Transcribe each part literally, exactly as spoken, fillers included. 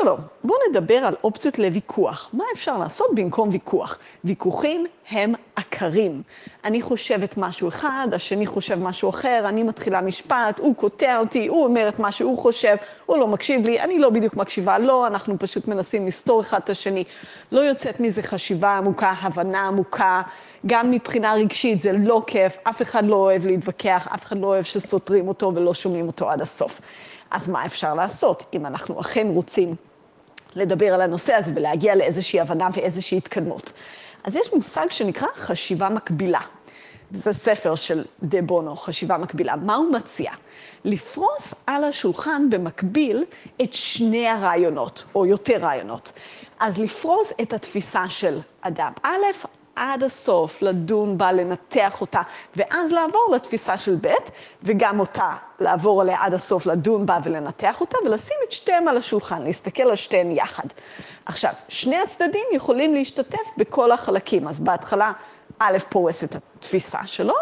שלום, בואו נדבר על אופציות לוויכוח. מה אפשר לעשות במקום ויכוח? ויכוחים הם עקרים. אני חושבת משהו אחד, השני חושב משהו אחר, אני מתחילה משפט, הוא קוטע אותי, הוא אומר את מה שהוא חושב, הוא לא מקשיב לי, אני לא בדיוק מקשיבה לו, אנחנו פשוט מנסים לסתור אחד את השני. לא יוצאת מזה חשיבה עמוקה, הבנה עמוקה, גם מבחינה רגשית זה לא כיף, אף אחד לא אוהב להתווכח, אף אחד לא אוהב שסותרים אותו ולא שומעים אותו עד הסוף. אז מה אפשר לעשות אם אנחנו אכן רוצים לדבר על הנושא הזה ולהגיע לאיזושהי הבנה ואיזושהי התקדמות? אז יש מושג שנקרא חשיבה מקבילה. זה ספר של דה בונו, חשיבה מקבילה. מה הוא מציע? לפרוס על השולחן במקביל את שני הרעיונות, או יותר רעיונות. אז לפרוס את התפיסה של אדם א', עד הסוף, לדון בה, לנתח אותה, ואז לעבור לתפיסה של ב', וגם אותה, לעבור עליה עד הסוף, לדון בה ולנתח אותה, ולשים את שתיהם על השולחן, להסתכל על שתיהן יחד. עכשיו, שני הצדדים יכולים להשתתף בכל החלקים, אז בהתחלה א' פורס את התפיסה שלו,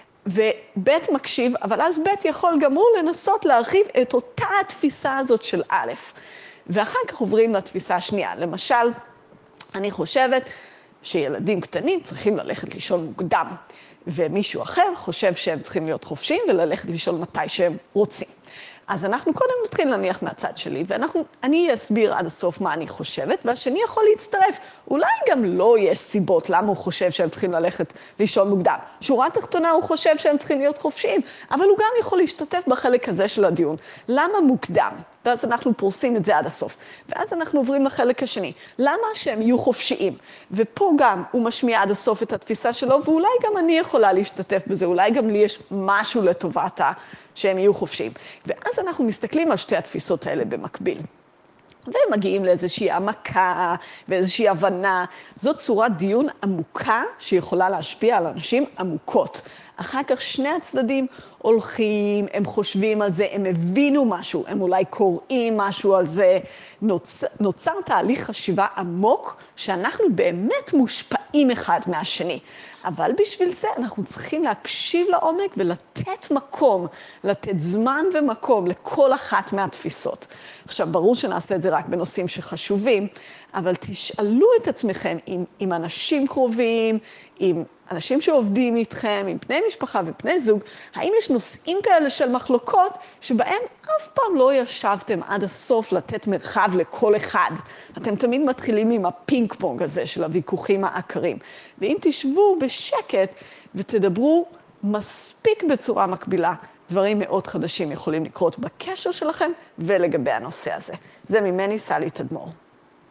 וב' מקשיב, אבל אז ב' יכול גם הוא לנסות להרחיב את אותה התפיסה הזאת של א', ואחר כך עוברים לתפיסה השנייה. למשל, אני חושבת, שילדים קטנים צריכים ללכת לישון מוקדם, ומישהו אחר חושב שהם צריכים להיות חופשיים וללכת לישון מתי שהם רוצים. אז אנחנו קודם נתחיל להניח מהצד שלי, ואני אסביר עד הסוף מה אני חושבת, והשני יכול להצטרף. אולי גם לא יש סיבות למה הוא חושב שהם צריכים ללכת לישון מוקדם. שורה תחתונה הוא חושב שהם צריכים להיות חופשיים, אבל הוא גם יכול להשתתף בחלק הזה של הדיון. למה מוקדם? ואז אנחנו פורסים את זה עד הסוף. ואז אנחנו עוברים לחלק השני. למה שהם יהיו חופשיים? ופה גם הוא משמיע עד הסוף את התפיסה שלו, ואולי גם אני יכולה להשתתף בזה, אולי גם לי יש משהו לטובת שהם יהיו חופשיים. ואז אנחנו מסתכלים על שתי התפיסות האלה במקביל. ומגיעים לאיזושהי עמקה ואיזושהי הבנה. זאת צורת דיון עמוקה שיכולה להשפיע על אנשים עמוקות. אחר כך שני הצדדים הולכים, הם חושבים על זה, הם הבינו משהו, הם אולי קוראים משהו על זה. נוצר, נוצר תהליך חשיבה עמוק שאנחנו באמת מושפעים אחד מהשני. אבל בשביל זה אנחנו צריכים להקשיב לעומק ולתת מקום, לתת זמן ומקום לכל אחת מהתפיסות. עכשיו, ברור שנעשה את זה רק בנושאים שחשובים, אבל תשאלו את עצמכם עם, עם אנשים קרובים, עם אנשים שעובדים איתכם, עם בני משפחה ובני זוג, האם יש נושאים כאלה של מחלוקות שבהם אף פעם לא ישבתם עד הסוף לתת מרחב לכל אחד? אתם תמיד מתחילים עם הפינג פונג הזה של הוויכוחים העקרים. ואם תשבו בשקט ותדברו מספיק בצורה מקבילה, דברים מאוד חדשים יכולים לקרות בקשר שלכם ולגבי הנושא הזה. זה ממני, סלי תדמור.